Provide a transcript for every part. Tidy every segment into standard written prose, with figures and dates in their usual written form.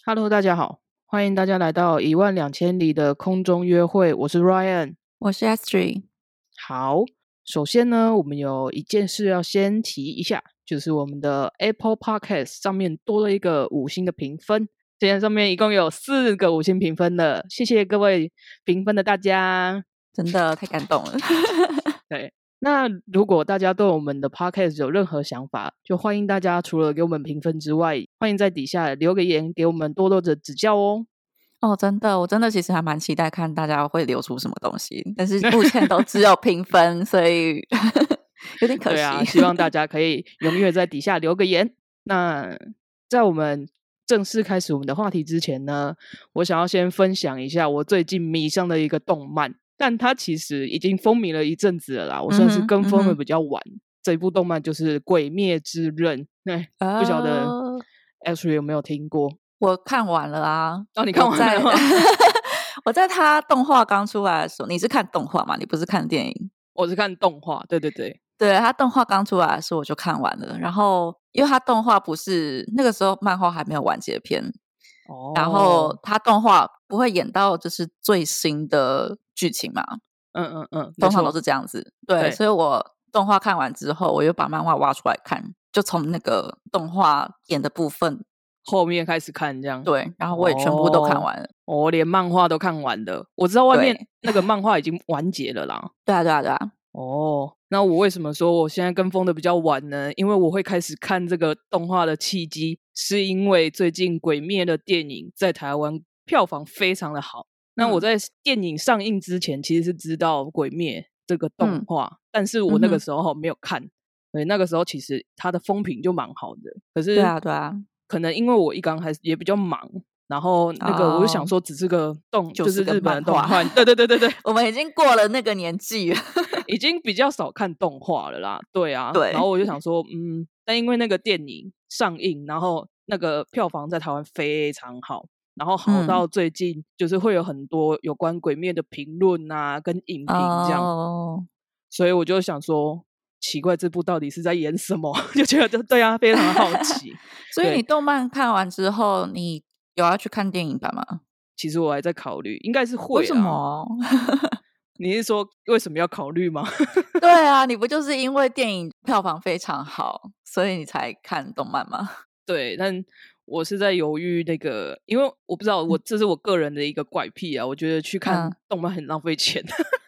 Hello，大家好，欢迎大家来到12000里的空中约会，我是 Ryan， 我是 Astrid。 好，首先呢，我们有一件事要先提一下，就是我们的 Apple Podcast 上面多了一个5星的评分，现在上面一共有4个5星评分了，谢谢各位评分的大家， 真的太感动了。 对。那如果大家对我们的 podcast 有任何想法，就欢迎大家除了给我们评分之外，欢迎在底下留个言给我们多多的指教哦。 真的，我真的其实还蛮期待看大家会留出什么东西，但是目前都只有评分，所以有点可惜。 对啊，希望大家可以踊跃在底下留个言。那在我们正式开始我们的话题之前呢，我想要先分享一下我最近迷上的一个动漫。但它其实已经风靡了一阵子了啦，我算是跟风的比较晚。这一部动漫就是《鬼灭之刃》，不晓得 Ashley 有没有听过？ 我看完了啊。 你看完了吗？ 我在它动画刚出来的时候，你是看动画吗？你不是看电影？ 我是看动画，对。 对，它动画刚出来的时候我就看完了，然后因为它动画不是那个时候漫画还没有完结篇。然后他动画不会演到就是最新的剧情嘛，通常都是这样子。对，所以我动画看完之后，我又把漫画挖出来看，就从那个动画演的部分后面开始看这样。 对，然后我也全部都看完了。 我连漫画都看完了，我知道外面那个漫画已经完结了啦。 对啊。 那我为什么说我现在跟风的比较晚呢？因为我会开始看这个动画的契机，是因为最近《鬼灭》的电影在台湾票房非常的好。那我在电影上映之前，其实是知道《鬼灭》这个动画，但是我那个时候没有看。对，那个时候其实它的风评就蛮好的，可是对啊， 可能因为我一刚开始也比较忙。然后那个我就想说只是个就是日本的动画。对我们已经过了那个年纪了已经比较少看动画了啦。对啊， 对。 然后我就想说但因为那个电影上映，然后那个票房在台湾非常好，然后好到最近就是会有很多有关鬼灭的评论啊跟影评这样。所以我就想说奇怪这部到底是在演什么就觉得对啊非常好奇所以你动漫看完之后你有要去看电影版吗？ 其实我还在考虑，应该是会。 为什么？ 你是说为什么要考虑吗？ 对啊，你不就是因为电影票房非常好，所以你才看动漫吗？ 对，但我是在犹豫那个，因为我不知道，这是我个人的一个怪癖啊，我觉得去看动漫很浪费钱。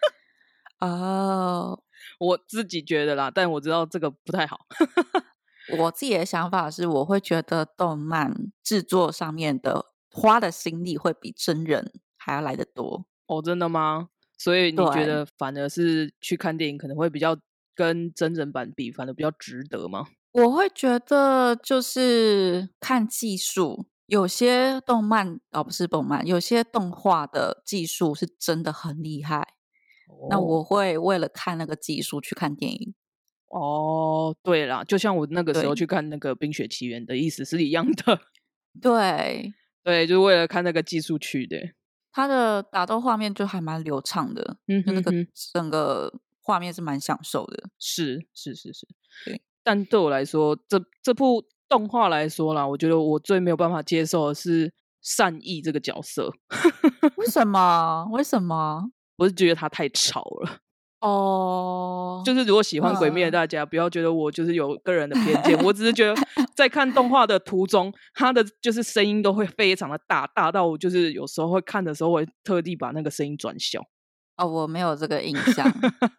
我自己觉得啦，但我知道这个不太好。 我自己的想法是，我会觉得动漫制作上面的花的心力会比真人还要来得多。 真的吗？所以你觉得反而是去看电影可能会比较跟真人版比，反而比较值得吗？ 我会觉得就是看技术，有些动漫不是动漫，有些动画的技术是真的很厉害。那我会为了看那个技术去看电影。 对啦，就像我那个时候去看那个《冰雪奇缘》的意思是一样的。 对， 就是为了看那个技术去的。 它的打斗画面就还蛮流畅的，就那个整个画面是蛮享受的。 是。 对， 但对我来说，这部动画来说啦，我觉得我最没有办法接受的是善逸这个角色。 为什么？ 我是觉得他太吵了。就是如果喜欢鬼灭的大家不要觉得我就是有个人的偏见，我只是觉得在看动画的途中，他的就是声音都会非常的大到我就是有时候会看的时候，我会特地把那个声音转小。 我没有这个印象。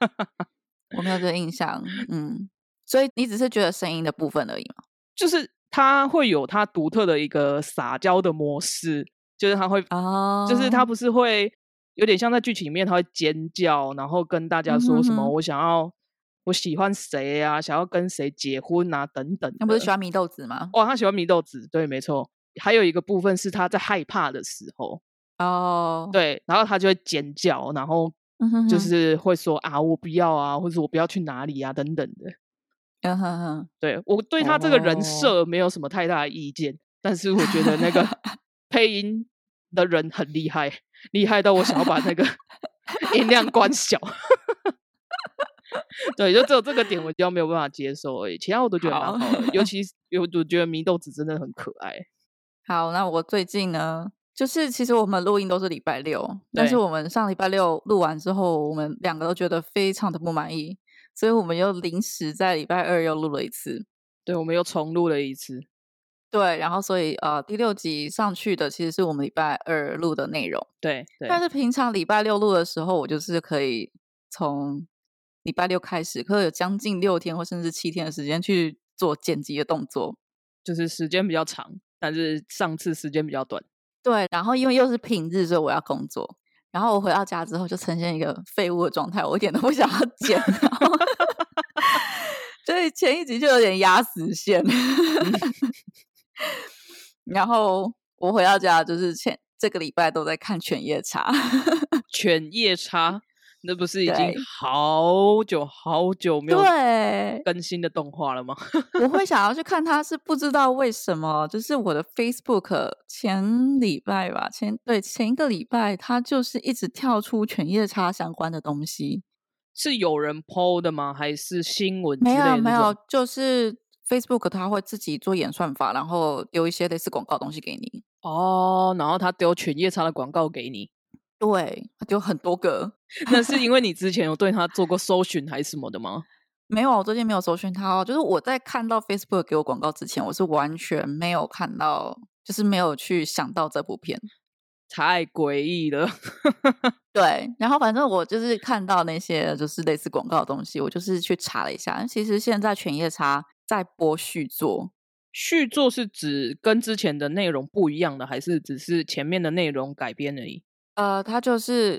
所以你只是觉得声音的部分而已吗？ 就是他会有他独特的一个撒娇的模式，就是他会就是他不是会有点像在剧情里面他会尖叫，然后跟大家说什么我喜欢谁啊，想要跟谁结婚啊等等的。 他不是喜欢祢豆子吗？ 他喜欢祢豆子，对，没错。还有一个部分是他在害怕的时候对，然后他就会尖叫，然后就是会说我不要啊，或者我不要去哪里啊等等的。对，我对他这个人设没有什么太大的意见，但是我觉得那个配音的人很厉害，厉害到我想要把那个音量关小。对，就只有这个点我比较没有办法接受而已，其他我都觉得蛮好的。尤其我觉得祢豆子真的很可爱。 好，那我最近呢，就是其实我们录音都是礼拜六，但是我们上礼拜六录完之后，我们两个都觉得非常的不满意，所以我们又临时在礼拜二又录了一次。 对，我们又重录了一次。 对，然后所以第6集上去的其实是我们礼拜二录的内容。 对， 但是平常礼拜六录的时候，我就是可以从礼拜六开始，可以有将近6天或甚至7天的时间去做剪辑的动作， 就是时间比较长，但是上次时间比较短。 对，然后因为又是平日，所以我要工作。然后我回到家之后就呈现一个废物的状态，我一点都不想要剪，然后所以前一集就有点压死线。然后我回到家就是这个礼拜都在看犬夜叉。 犬夜叉那不是已经好久好久没有更新的动画了吗？ 我会想要去看它，是不知道为什么，就是我的 Facebook 前礼拜吧，前一个礼拜，它就是一直跳出犬夜叉相关的东西。 是有人 po 的吗？还是新闻之类的？ 没有，就是 Facebook 它会自己做演算法，然后丢一些类似广告的东西给你。 哦，然后他丢犬夜叉的广告给你。 对，他丢很多个。 那是因为你之前有对他做过搜寻还是什么的吗？ 没有，我最近没有搜寻他哦。就是我在看到 Facebook 给我广告之前，我是完全没有看到，就是没有去想到这部片。 太诡异了。 对，然后反正我就是看到那些就是类似广告的东西，我就是去查了一下。其实现在犬夜叉在播续作。 续作是指跟之前的内容不一样的，还是只是前面的内容改编而已？ 它就是，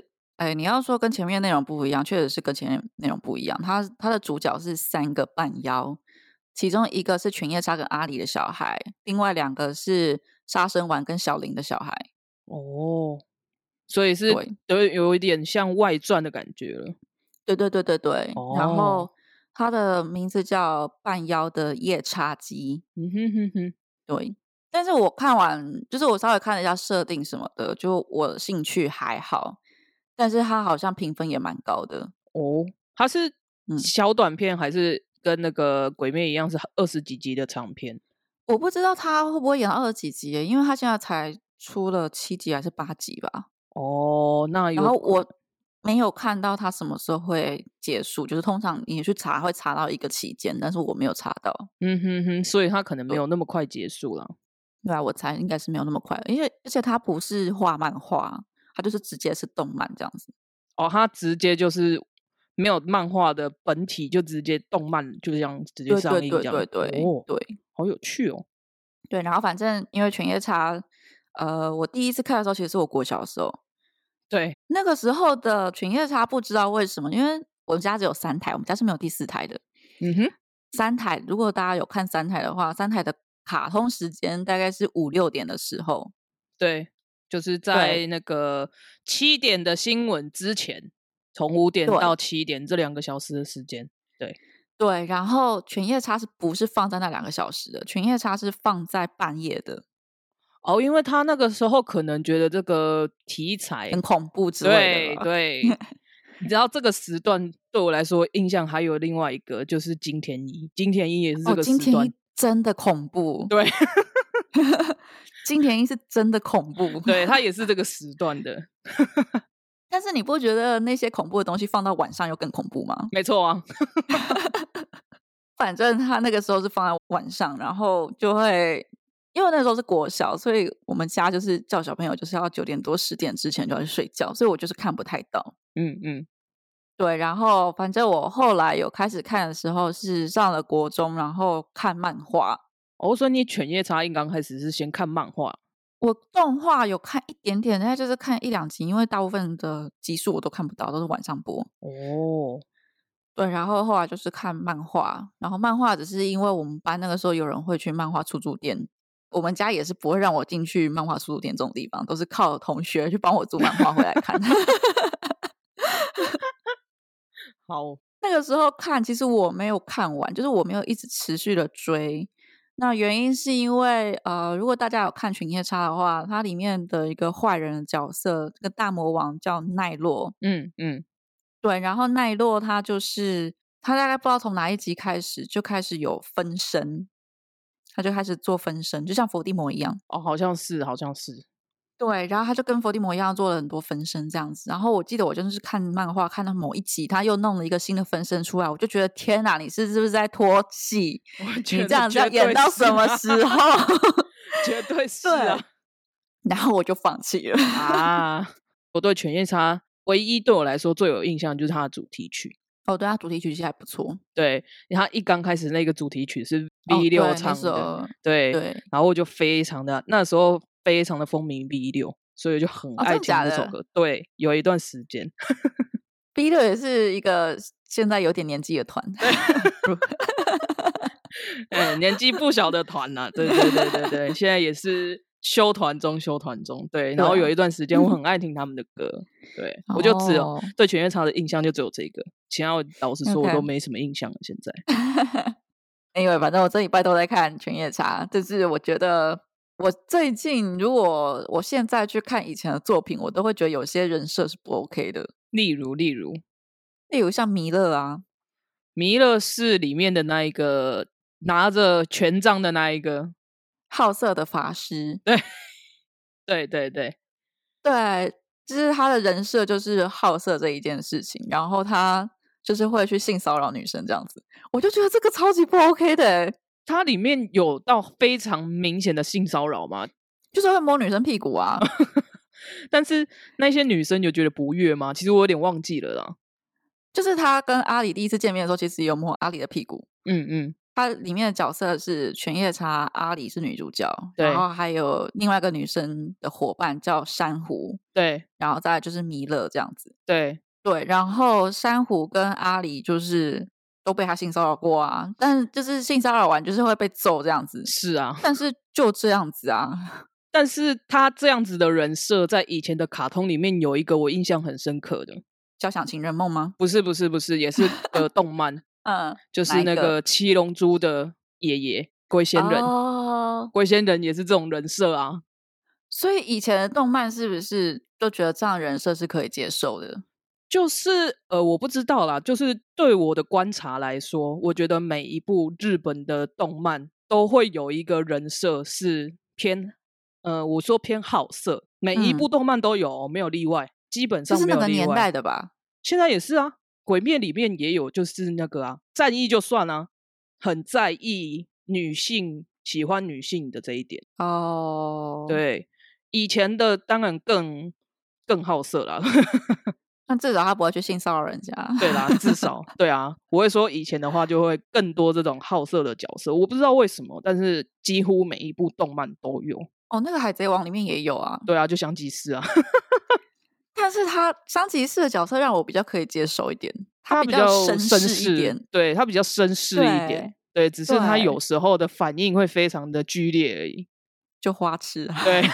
你要说跟前面内容不一样，确实是跟前面内容不一样。它的主角是3个半妖，其中一个是犬夜叉跟阿里的小孩，另外2个是杀生丸跟小林的小孩。 哦，所以是有一点像外传的感觉了。 对。然后它的名字叫半妖的夜叉姬。对。但是我看完，就是我稍微看了一下设定什么的，就我兴趣还好，但是它好像评分也蛮高的。 哦，它是小短片还是跟那个鬼灭一样是20几集的长片？ 我不知道他会不会演到20几集耶，因为他现在才出了7集还是8集吧。 哦，那有。 然后我没有看到他什么时候会结束，就是通常你去查会查到一个期间，但是我没有查到。 所以他可能没有那么快结束了。 对啊，我猜应该是没有那么快，而且他不是画漫画，他就是直接是动漫这样子。 哦，他直接就是没有漫画的本体，就直接动漫就这样直接上映这样。 对， 好有趣哦。 对，然后反正因为犬夜叉，我第一次看的时候其实是我国小的时候。 对， 那个时候的犬夜叉不知道为什么，因为我们家只有3台，我们家是没有第4台的。3台，如果大家有看3台的话，3台的卡通时间大概是5、6点的时候。 对，就是在那个7点的新闻之前，从5点到7点这2个小时的时间。 对，然后犬夜叉不是放在那2个小时的？犬夜叉是放在半夜的。 哦，因为他那个时候可能觉得这个题材很恐怖之类的。 对。你知道这个时段对我来说印象还有另外一个，就是金田一。金田一也是这个时段。 金田一真的恐怖。 对。 金田一是真的恐怖。 对，他也是这个时段的。 但是你不觉得那些恐怖的东西放到晚上又更恐怖吗？ 没错啊。 反正他那个时候是放在晚上，然后就会因为那时候是国小，所以我们家就是叫小朋友就是要9点多10点之前就要去睡觉，所以我就是看不太到。对，然后反正我后来有开始看的时候是上了国中，然后看漫画。 所以你犬夜叉刚开始是先看漫画？ 我动画有看一点点，大概就是看1、2集，因为大部分的集数我都看不到，都是晚上播。对，然后后来就是看漫画，然后漫画只是因为我们班那个时候有人会去漫画出租店，我们家也是不会让我进去漫画出租店这种地方，都是靠同学去帮我租漫画回来看。 好， 那个时候看其实我没有看完，就是我没有一直持续的追。那原因是因为如果大家有看犬夜叉的话，它里面的一个坏人的角色，这个大魔王叫奈落。对，然后奈落他大概不知道从哪一集开始就开始有分身。 他就开始做分身，就像伏地魔一样。 哦，好像是。 对，然后他就跟伏地魔一样做了很多分身这样子。然后我记得我就是看漫画看到某一集，他又弄了一个新的分身出来，我就觉得天哪，你是不是在拖戏？你这样子要演到什么时候？ 绝对是啊。 然后我就放弃了啊。我对犬夜叉唯一对我来说最有印象就是它的主题曲。 哦，对，它主题曲其实还不错。 对，它一刚开始那个主题曲是 V6唱的。对，然后我就那时候非常的风靡 V6，所以我就很爱听这首歌。对，有一段时间。 V6也是一个现在有点年纪的团。 年纪不小的团啦。对，现在也是休团中。对，然后有一段时间我很爱听他们的歌。对，我就只有对犬夜叉的印象就只有这个，其他老实说我都没什么印象了现在。 因为反正我这礼拜都在看犬夜叉，就是我觉得我最近如果我现在去看以前的作品，我都会觉得有些人设是不 OK 的。 例如像弥勒啊。 弥勒是里面的那一个拿着权杖的那一个好色的法师。 对， 就是他的人设就是好色这一件事情，然后他就是会去性骚扰女生这样子，我就觉得这个超级不 OK 的。 他里面有到非常明显的性骚扰吗？ 就是会摸女生屁股啊。 但是那些女生有觉得不悦吗？其实我有点忘记了啦。 就是他跟阿里第一次见面的时候，其实也有摸阿里的屁股。他里面的角色是犬夜叉，阿里是女主角，然后还有另外一个女生的伙伴叫珊瑚。 对， 然后再来就是弥勒这样子。 对， 然后珊瑚跟阿里就是都被他性骚扰过啊，但是就是性骚扰完就是会被揍这样子。 是啊， 但是就这样子啊。 但是他这样子的人设在以前的卡通里面有一个我印象很深刻的。 交响情人梦吗？ 不是，也是个动漫。就是那个七龙珠的爷爷龟仙人。龟仙人也是这种人设啊。 所以以前的动漫是不是都觉得这样的人设是可以接受的？ 就是我不知道啦，就是对我的观察来说，我觉得每一部日本的动漫都会有一个人设是偏我说偏好色，每一部动漫都有，没有例外，基本上没有例外。 这是那个年代的吧？ 现在也是啊，鬼灭里面也有，就是那个啊，战役就算啊，很在意女性喜欢女性的这一点。对，以前的当然更好色啦。 那至少他不会去性骚扰人家。 对啦，至少对啊，我会说以前的话就会更多这种好色的角色，我不知道为什么，但是几乎每一部动漫都有。 那个海贼王里面也有啊。 对啊，就香吉士啊。 但是他香吉士的角色让我比较可以接受一点， 他比较绅士一点。 对，他比较绅士一点。对，只是他有时候的反应会非常的剧烈而已， 就花痴啊。 对。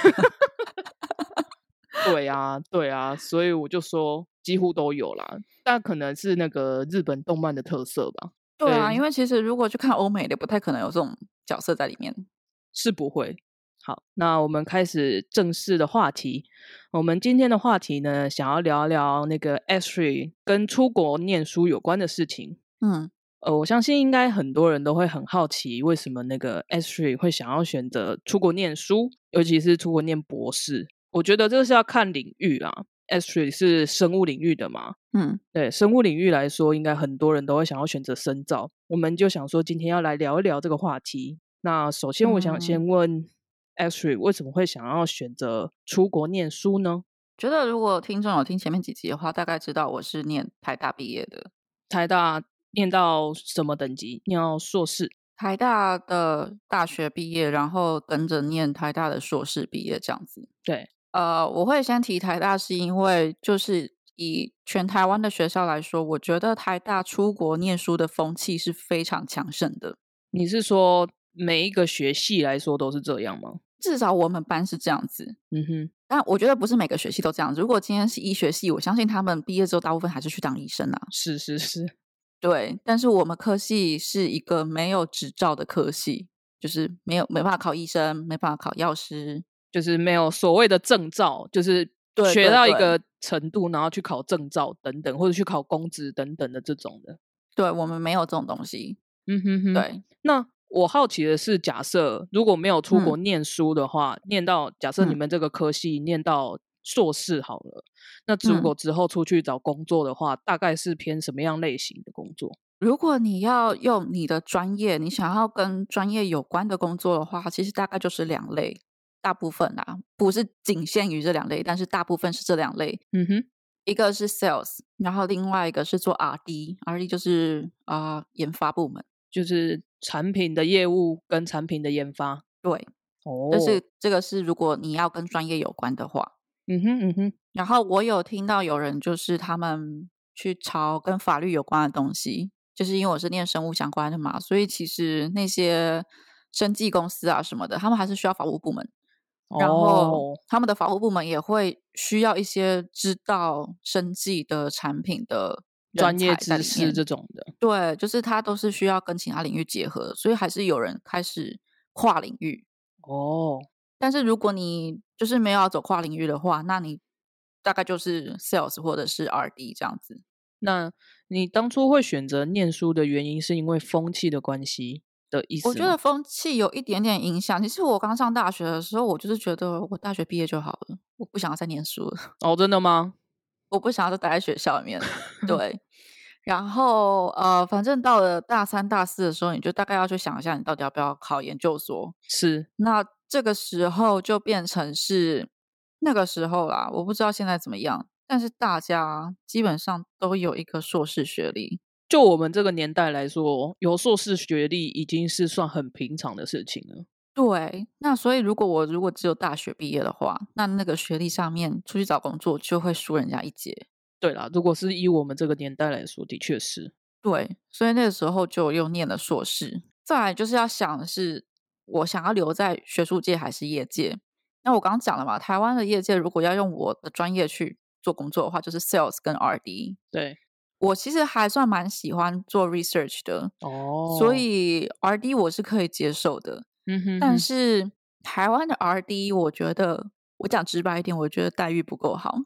对啊，所以我就说几乎都有啦，但可能是那个日本动漫的特色吧。 对啊，因为其实如果去看欧美的，不太可能有这种角色在里面， 是不会。好，那我们开始正式的话题。我们今天的话题呢，想要聊聊那个 Ashley 跟出国念书有关的事情。我相信应该很多人都会很好奇，为什么那个 Ashley 会想要选择出国念书，尤其是出国念博士。我觉得这是要看领域啦。Ashley 是生物领域的嘛。对，生物领域来说，应该很多人都会想要选择深造。我们就想说，今天要来聊一聊这个话题。那首先，我想先问Ashley 为什么会想要选择出国念书呢？ 觉得如果听众有听前面几集的话，大概知道我是念台大毕业的。 台大念到什么等级？念到硕士？ 台大的大学毕业，然后跟着念台大的硕士毕业这样子。 对。 我会先提台大是因为就是以全台湾的学校来说，我觉得台大出国念书的风气是非常强盛的。 你是说每一个学系来说都是这样吗？ 至少我们班是这样子。但我觉得不是每个学系都这样子。如果今天是医学系，我相信他们毕业之后大部分还是去当医生啊。 是。 对，但是我们科系是一个没有执照的科系，就是没办法考医生，没办法考药师， 就是没有所谓的证照，就是学到一个程度，然后去考证照等等，或者去考公职等等的这种的。 对，我们没有这种东西。 对，那我好奇的是，假设如果没有出国念书的话，念到假设你们这个科系念到硕士好了，那如果之后出去找工作的话，大概是偏什么样类型的工作？ 如果你要用你的专业，你想要跟专业有关的工作的话，其实大概就是2类，大部分啦，不是仅限于这2类，但是大部分是这2类。一个是 sales， 然后另外一个是做 R&D 就是研发部门， 就是产品的业务跟产品的研发。 对，这个是如果你要跟专业有关的话。然后我有听到有人就是他们去朝跟法律有关的东西，就是因为我是念生物相关的嘛，所以其实那些生技公司啊什么的，他们还是需要法务部门。然后他们的法务部门也会需要一些知道生技的产品的专业知识这种的。 对，就是它都是需要跟其他领域结合，所以还是有人开始跨领域。但是如果你就是没有要走跨领域的话，那你大概就是 sales 或者是 R&D 这样子。 那你当初会选择念书的原因是因为风气的关系的意思吗？ 我觉得风气有一点点影响。其实我刚上大学的时候，我就是觉得我大学毕业就好了，我不想要再念书了。 真的吗？ 我不想要再待在学校里面。对。然后反正到了大3大4的时候，你就大概要去想一下你到底要不要考研究所。 是。 那这个时候就变成是那个时候啦，我不知道现在怎么样，但是大家基本上都有一个硕士学历。 就我们这个年代来说，有硕士学历已经是算很平常的事情了。 对，那所以如果只有大学毕业的话，那个学历上面出去找工作就会输人家一截。 对啦，如果是以我们这个年代来说，的确是。 对，所以那个时候就又念了硕士。再来就是要想的是，我想要留在学术界还是业界？那我刚刚讲了嘛，台湾的业界如果要用我的专业去做工作的话，就是 sales 跟 R&D。 对， 我其实还算蛮喜欢做 research 的。所以 R&D 我是可以接受的。但是台湾的 R&D 我觉得，我讲直白一点，我觉得待遇不够好。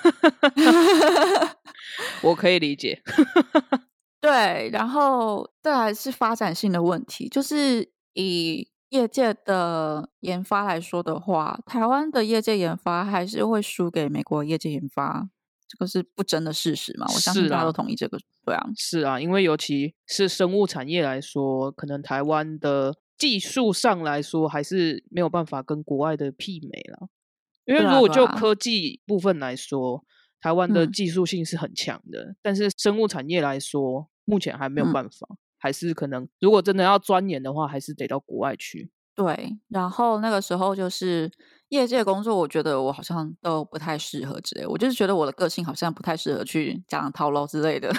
我可以理解。 对，然后再来是发展性的问题，就是以业界的研发来说的话，台湾的业界研发还是会输给美国业界研发，这个是不争的事实嘛，我相信大家都同意这个。对啊， 是啊，因为尤其是生物产业来说，可能台湾的技术上来说还是没有办法跟国外的媲美啦。因为如果就科技部分来说，台湾的技术性是很强的，但是生物产业来说，目前还没有办法，还是可能如果真的要钻研的话，还是得到国外去。 对，然后那个时候就是业界工作，我觉得我好像都不太适合之类，我就是觉得我的个性好像不太适合去讲套路之类的。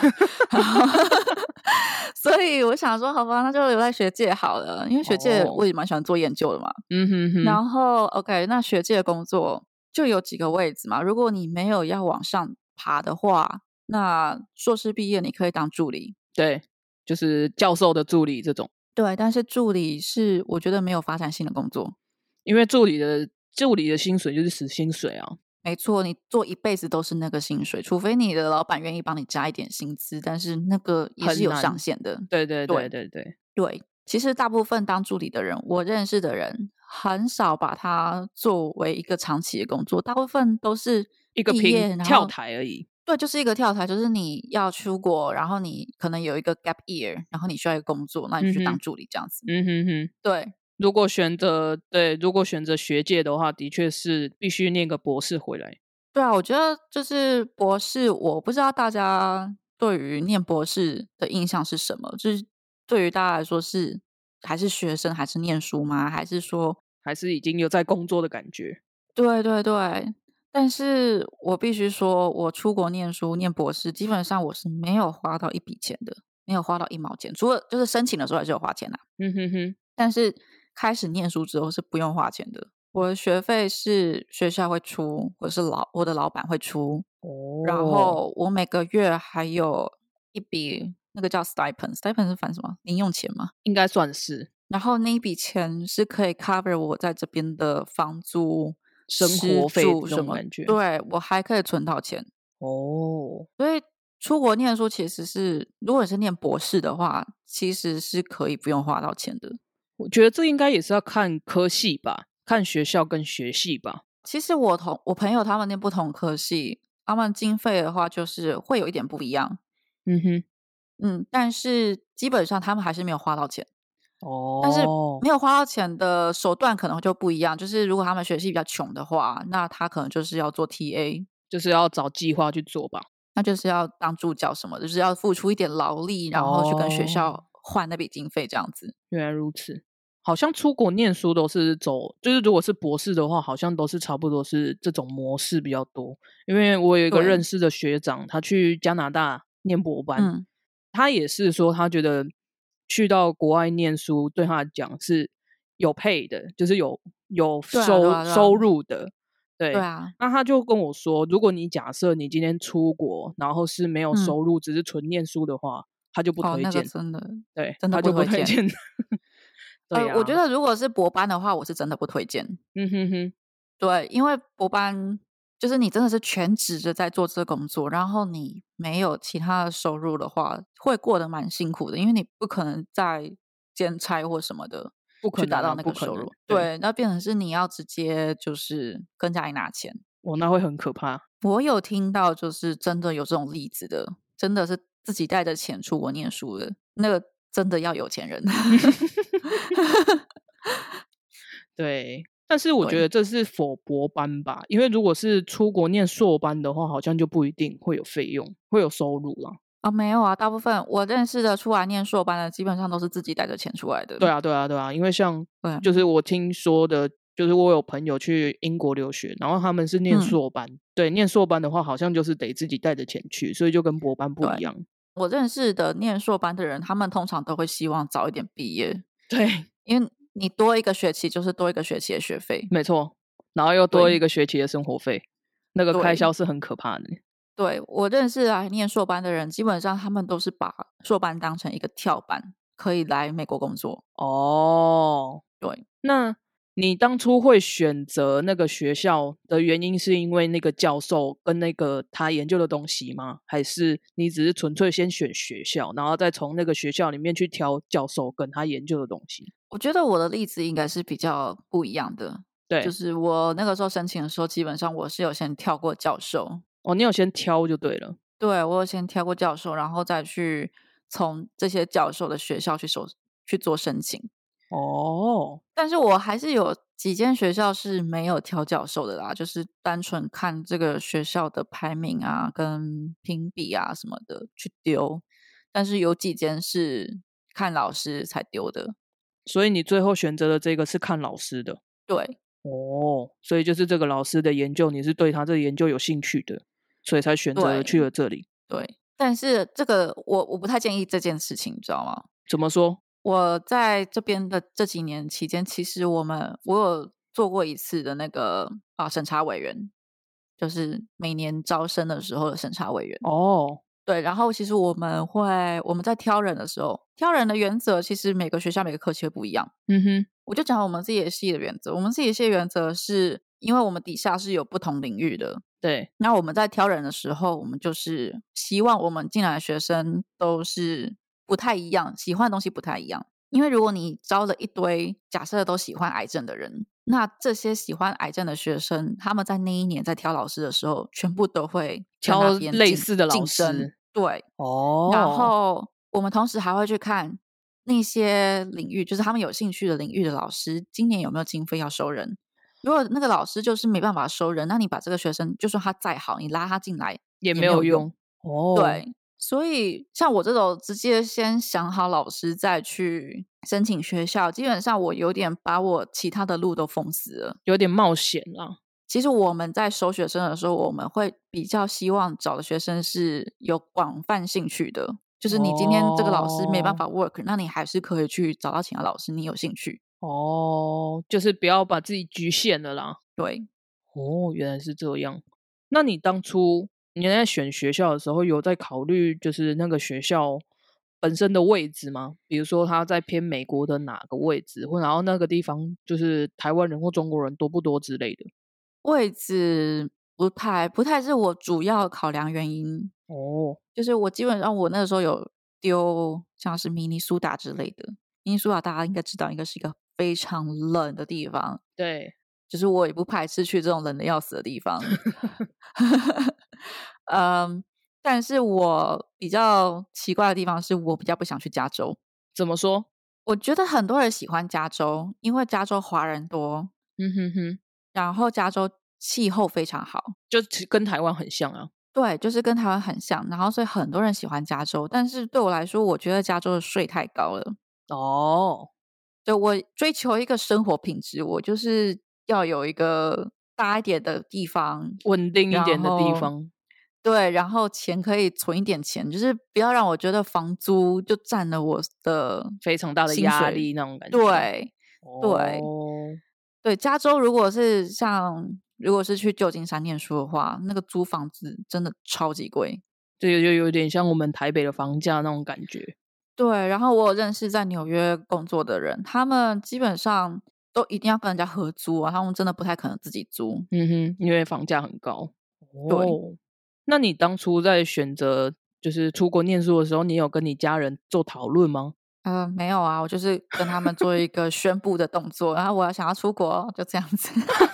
所以我想说，好吧，那就留在学界好了，因为学界我也蛮喜欢做研究的嘛。然后 OK， 那学界工作就有几个位置嘛，如果你没有要往上爬的话，那硕士毕业你可以当助理。 对，就是教授的助理这种。 对，但是助理是我觉得没有发展性的工作， 因为助理的薪水就是死薪水啊。 没错，你做一辈子都是那个薪水，除非你的老板愿意帮你加一点薪资，但是那个也是有上限的。 对， 其实大部分当助理的人，我认识的人很少把它作为一个长期的工作，大部分都是一个跳台而已。 对，就是一个跳台，就是你要出国，然后你可能有一个 gap year，然后你需要一个工作，那你去当助理这样子。对， 如果选择学界的话，的确是必须念个博士回来。 对啊，我觉得就是博士，我不知道大家对于念博士的印象是什么，就是对于大家来说是还是学生，还是念书吗？还是说还是已经有在工作的感觉？ 对。但是我必须说，我出国念书念博士，基本上我是没有花到一笔钱的，没有花到1毛钱，除了就是申请的时候还是有花钱啦。但是开始念书之后是不用花钱的，我的学费是学校会出，或者是我的老板会出。然后我每个月还有一笔那个叫 stipend 是反什么？零用钱吗？ 应该算是。 然后那一笔钱是可以 cover 我在这边的房租、 生活费这种感觉。 对，我还可以存到钱。所以出国念书其实是，如果你是念博士的话，其实是可以不用花到钱的。 我觉得这应该也是要看科系吧，看学校跟学系吧。 其实我朋友他们念不同科系，他们经费的话就是会有一点不一样。但是基本上他们还是没有花到钱。但是没有花到钱的手段可能就不一样，就是如果他们学系比较穷的话，那他可能就是要做 TA， 就是要找计划去做吧。 那就是要当助教什么的，就是要付出一点劳力，然后去跟学校换那笔经费这样子。 原来如此。好像出国念书都是走，就是如果是博士的话，好像都是差不多是这种模式比较多。因为我有一个认识的学长，他去加拿大念博班，他也是说他觉得去到国外念书对他来讲是有 pay 的，就是有收入的。对啊， 那他就跟我说，如果你假设你今天出国，然后是没有收入，只是纯念书的话，他就不推荐。 那个真的， 对， 真的他就不推荐。 我觉得如果是博班的话，我是真的不推荐。对，因为博班就是你真的是全职的在做这个工作，然后你没有其他的收入的话，会过得蛮辛苦的，因为你不可能在兼差或什么的去达到那个收入。对，那变成是你要直接就是跟家里拿钱。 那会很可怕。 我有听到就是真的有这种例子的，真的是自己带着钱出国念书的，那个真的要有钱人。 对，但是我觉得这是否博班吧，因为如果是出国念硕班的话，好像就不一定会有费用，会有收入啦。 没有啊，大部分我认识的出来念硕班的，基本上都是自己带着钱出来的。 对啊，因为像就是我听说的，就是我有朋友去英国留学，然后他们是念硕班，对，念硕班的话，好像就是得自己带着钱去，所以就跟博班不一样。 我认识的念硕班的人，他们通常都会希望早一点毕业。 对， 因为你多一个学期就是多一个学期的学费， 没错，然后又多一个学期的生活费，那个开销是很可怕的。 对，我认识来念硕班的人，基本上他们都是把硕班当成一个跳板，可以来美国工作。对， 那你当初会选择那个学校的原因，是因为那个教授跟那个他研究的东西吗？还是你只是纯粹先选学校，然后再从那个学校里面去挑教授跟他研究的东西？ 我觉得我的例子应该是比较不一样的。 对， 就是我那个时候申请的时候，基本上我是有先跳过教授。 你有先挑就对了。 对，我有先挑过教授，然后再去从这些教授的学校去做申请。但是我还是有几间学校是没有挑教授的啦，就是单纯看这个学校的排名啊、跟评比啊什么的去丢。但是有几间是看老师才丢的。 所以你最后选择的这个是看老师的？ 对。 所以就是这个老师的研究，你是对他这个研究有兴趣的，所以才选择去了这里。 对，但是这个我不太建议这件事情，你知道吗？ 怎么说？ 我在这边的这几年期间，其实我有做过一次的那个审查委员，就是每年招生的时候的审查委员。对，然后其实我们在挑人的时候，挑人的原则其实每个学校每个科系会不一样。我就讲我们自己的系的原则，我们自己的系的原则是因为我们底下是有不同领域的。 对， 那我们在挑人的时候，我们就是希望我们进来的学生都是不太一样，喜欢的东西不太一样。因为如果你招了一堆假设都喜欢癌症的人，那这些喜欢癌症的学生，他们在那一年在挑老师的时候，全部都会挑类似的老师。 对，然后我们同时还会去看那些领域，就是他们有兴趣的领域的老师，今年有没有经费要收人。如果那个老师就是没办法收人，那你把这个学生，就算他再好，你拉他进来也没有用。 对，所以像我这种直接先想好老师再去申请学校，基本上我有点把我其他的路都封死了， 有点冒险啦。 其实我们在收学生的时候，我们会比较希望找的学生是有广泛兴趣的，就是你今天这个老师没办法 work，那你还是可以去找到其他老师，你有兴趣。 就是不要把自己局限了啦。 对。 原来是这样。那你当初你在选学校的时候，有在考虑就是那个学校本身的位置吗？比如说他在偏美国的哪个位置，或然后那个地方就是台湾人或中国人多不多之类的？ 位置不太是我主要考量原因。就是我基本上我那个时候有丢像是明尼苏达之类的。 明尼苏达大家应该知道，应该是一个非常冷的地方。 对， 就是我也不排斥去这种冷的要死的地方。但是我比较奇怪的地方是我比较不想去加州。 怎么说？ 我觉得很多人喜欢加州，因为加州华人多，然后加州气候非常好， 就跟台湾很像啊。 对，就是跟台湾很像，然后所以很多人喜欢加州。但是对我来说，我觉得加州的税太高了。 哦， 对，我追求一个生活品质，我就是要有一个大一点的地方， 稳定一点的地方。 对，然后钱可以存一点钱，就是不要让我觉得房租就占了我的非常大的压力那种感觉。 对，对，对，加州如果是去旧金山念书的话，那个租房子真的超级贵。 对，就有点像我们台北的房价那种感觉。 对，然后我有认识在纽约工作的人，他们基本上都一定要跟人家合租啊，他们真的不太可能自己租。 因为房价很高。 对， 那你当初在选择就是出国念书的时候，你有跟你家人做讨论吗？ 没有啊，我就是跟他们做一个宣布的动作，然后我想要出国，就这样子。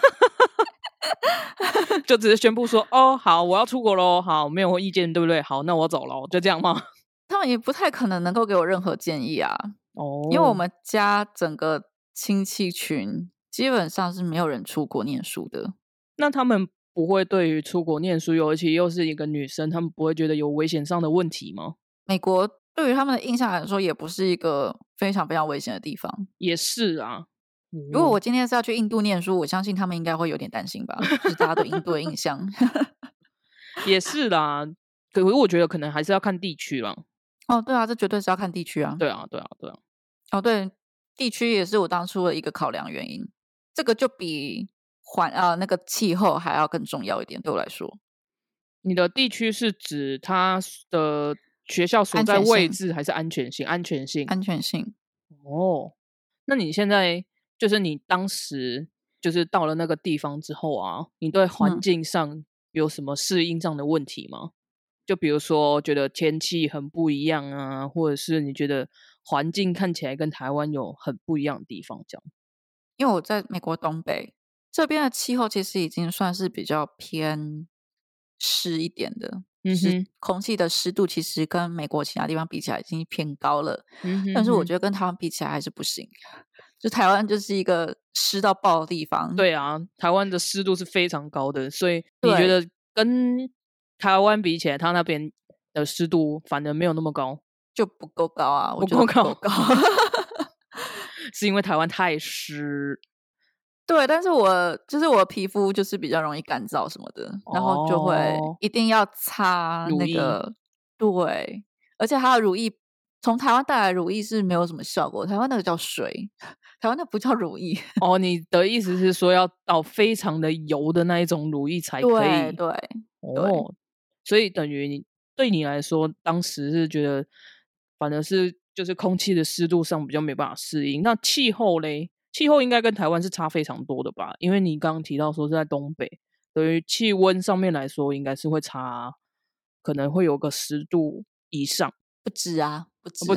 就只是宣布说，哦，好，我要出国咯，好，没有意见，对不对？好，那我走咯，就这样吗？ 他们也不太可能能够给我任何建议啊。因为我们家整个亲戚群基本上是没有人出国念书的。 那他们不会对于出国念书，尤其又是一个女生，他们不会觉得有危险上的问题吗？ 美国对于他们的印象来说，也不是一个非常非常危险的地方。 也是啊。 如果我今天是要去印度念书，我相信他们应该会有点担心吧，就是大家对印度的印象。 也是啦，可是我觉得可能还是要看地区啦。 哦，对啊，这绝对是要看地区啊。 对啊，对啊，对啊。 哦，对，地区也是我当初的一个考量原因。这个就比那个气候还要更重要一点，对我来说。 你的地区是指它的学校所在位置，还是安全性？安全性。 安全性。 哦，那你现在就是你当时就是到了那个地方之后啊，你对环境上有什么适应上的问题吗？就比如说觉得天气很不一样啊，或者是你觉得环境看起来跟台湾有很不一样的地方这样？ 因为我在美国东北这边的气候其实已经算是比较偏湿一点的，空气的湿度其实跟美国其他地方比起来已经偏高了。但是我觉得跟台湾比起来还是不行。就台湾就是一个湿到爆的地方。 对啊，台湾的湿度是非常高的，所以你觉得跟台湾比起来，它那边的湿度反而没有那么高？ 就不够高啊，我觉得不够高。 是因为台湾太湿。 对，但是我的皮肤就是比较容易干燥什么的，然后就会一定要擦那个对，而且还有乳液，从台湾带来乳液是没有什么效果，台湾那个叫水，台湾那不叫乳液。 哦，你的意思是说要到非常的油的那一种乳液才可以？ 对。 哦，所以等于对你来说，当时是觉得反而是就是空气的湿度上比较没办法适应。那气候嘞？气候应该跟台湾是差非常多的吧？因为你刚刚提到说是在东北，对于气温上面来说，应该是会差，可能会有个10度以上。 不止啊，不止。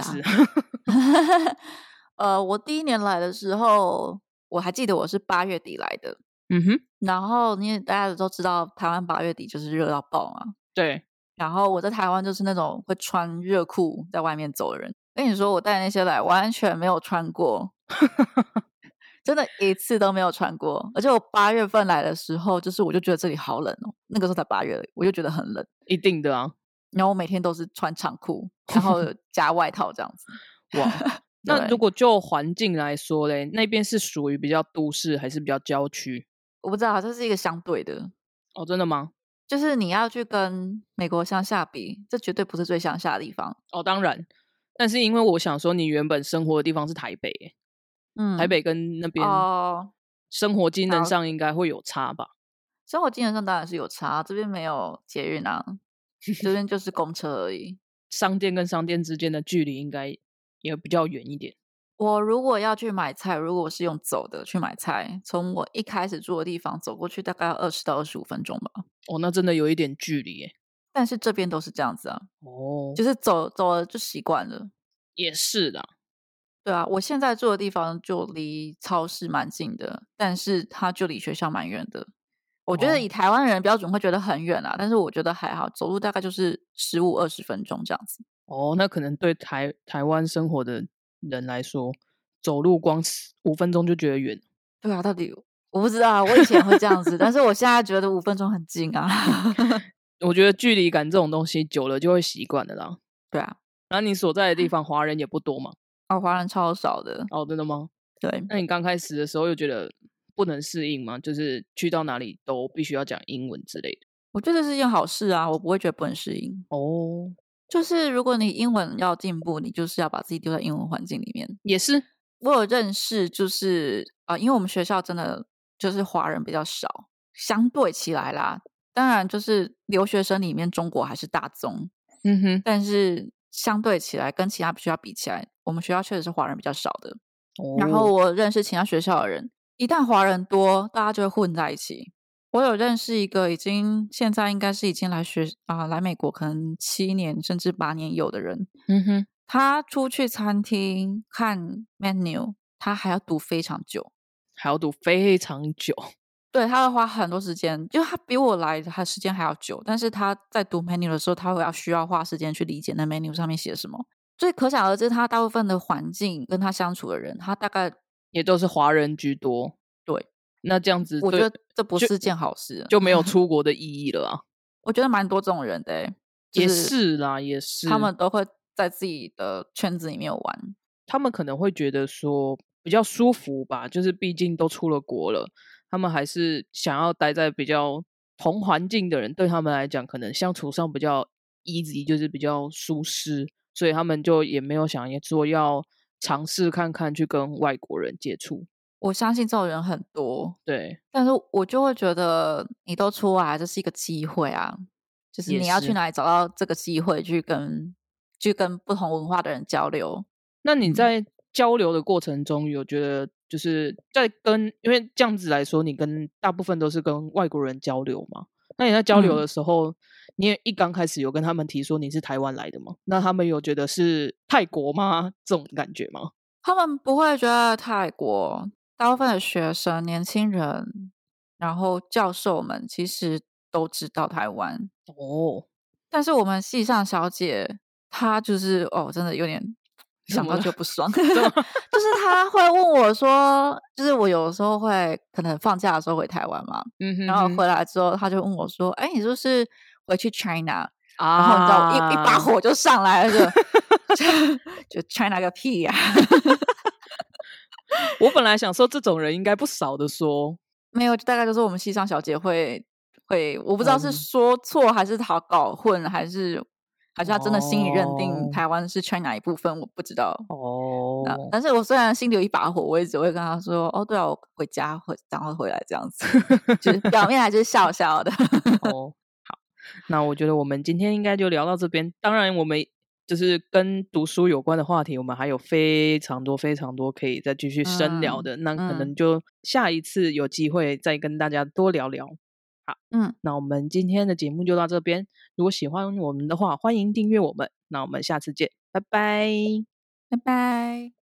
我第一年来的时候，我还记得我是8月底来的。然后大家都知道，台湾8月底就是热到爆嘛。 对。 然后我在台湾就是那种会穿热裤在外面走的人。跟你说，我带那些来完全没有穿过。真的一次都没有穿过。而且我8月份来的时候，我就觉得这里好冷哦。那个时候才8月，我就觉得很冷。 一定的啊。 然后我每天都是穿长裤，然后加外套这样子。 哇，那如果就环境来说嘞，那边是属于比较都市还是比较郊区？ 我不知道，这是一个相对的。 哦，真的吗？ 就是你要去跟美国乡下比，这绝对不是最乡下的地方。 哦，当然。但是因为我想说，你原本生活的地方是台北，台北跟那边生活机能上应该会有差吧？ 生活机能上当然是有差，这边没有捷运啊，这边就是公车而已。 商店跟商店之间的距离应该也比较远一点。 我如果要去买菜，如果是用走的去买菜，从我一开始住的地方走过去大概要20到25分钟吧。 哦，那真的有一点距离耶。 但是这边都是这样子啊。 哦， 就是走了就习惯了。 也是啦。 对啊，我现在住的地方就离超市蛮近的，但是它就离学校蛮远的。我觉得以台湾人的标准会觉得很远啊，但是我觉得还好，走路大概就是15-20分钟这样子。 那可能对台湾生活的人来说，走路光5分钟就觉得远。 对啊，到底我不知道，我以前会这样子，但是我现在觉得5分钟很近啊。 我觉得距离感这种东西久了就会习惯了啦。 对啊， 然后你所在的地方华人也不多嘛？ 华人超少的。 真的吗？ 对。 那你刚开始的时候又觉得不能适应吗？就是去到哪里都必须要讲英文之类的。 我觉得是一件好事啊，我不会觉得不能适应。就是如果你英文要进步，你就是要把自己丢在英文环境里面。 也是， 我有认识，就是因为我们学校真的就是华人比较少，相对起来啦，当然就是留学生里面中国还是大宗，但是相对起来跟其他学校比起来，我们学校确实是华人比较少的。然后我认识其他学校的人，一旦华人多，大家就会混在一起。我有认识一个现在应该是已经来美国可能7年甚至8年有的人，他出去餐厅看 menu， 他还要读非常久。对，他会花很多时间，就他比我来他时间还要久，但是他在读 menu 的时候，他需要花时间去理解那 menu 上面写什么。所以可想而知，他大部分的环境跟他相处的人，他大概也都是华人居多。 对， 那这样子我觉得这不是件好事， 就没有出国的意义了啊。 我觉得蛮多这种人的也是啦，也是， 他们都会在自己的圈子里面玩。 他们可能会觉得说比较舒服吧，就是毕竟都出了国了，他们还是想要待在比较同环境的人，对他们来讲可能相处上比较 easy，就是比较舒适，所以他们就也没有想说要尝试看看去跟外国人接触。 我相信这种人很多， 对， 但是我就会觉得你都出来，这是一个机会啊，就是你要去哪里找到这个机会去跟不同文化的人交流。 那你在交流的过程中，有觉得就是因为这样子来说，你跟大部分都是跟外国人交流嘛？那你在交流的时候，你也刚开始有跟他们提说你是台湾来的吗？那他们有觉得是泰国吗？这种感觉吗？ 他们不会觉得泰国，大部分的学生、年轻人，然后教授们其实都知道台湾。但是我们系上小姐，她就是真的有点想到就不爽。就是她会问我说，就是我有的时候会可能放假的时候回台湾嘛，然后回来之后，她就问我说：“哎，你是不是回去 China？” 然后你知道一把火就上来了，就 China 个屁呀！ 我本来想说这种人应该不少的说， 没有，大概就是我们系上小姐会，我不知道是说错还是他搞混，还是他真的心里认定台湾是 China 一部分，我不知道。但是我虽然心里有一把火，我也只会跟他说：“哦，对啊，我回家然后回来这样子。”就是表面还是笑笑的。 好，那我觉得我们今天应该就聊到这边。当然，我们就是跟读书有关的话题，我们还有非常多非常多可以再继续深聊的。那可能就下一次有机会再跟大家多聊聊。好，那我们今天的节目就到这边。如果喜欢我们的话，欢迎订阅我们。那我们下次见，拜拜， 拜拜。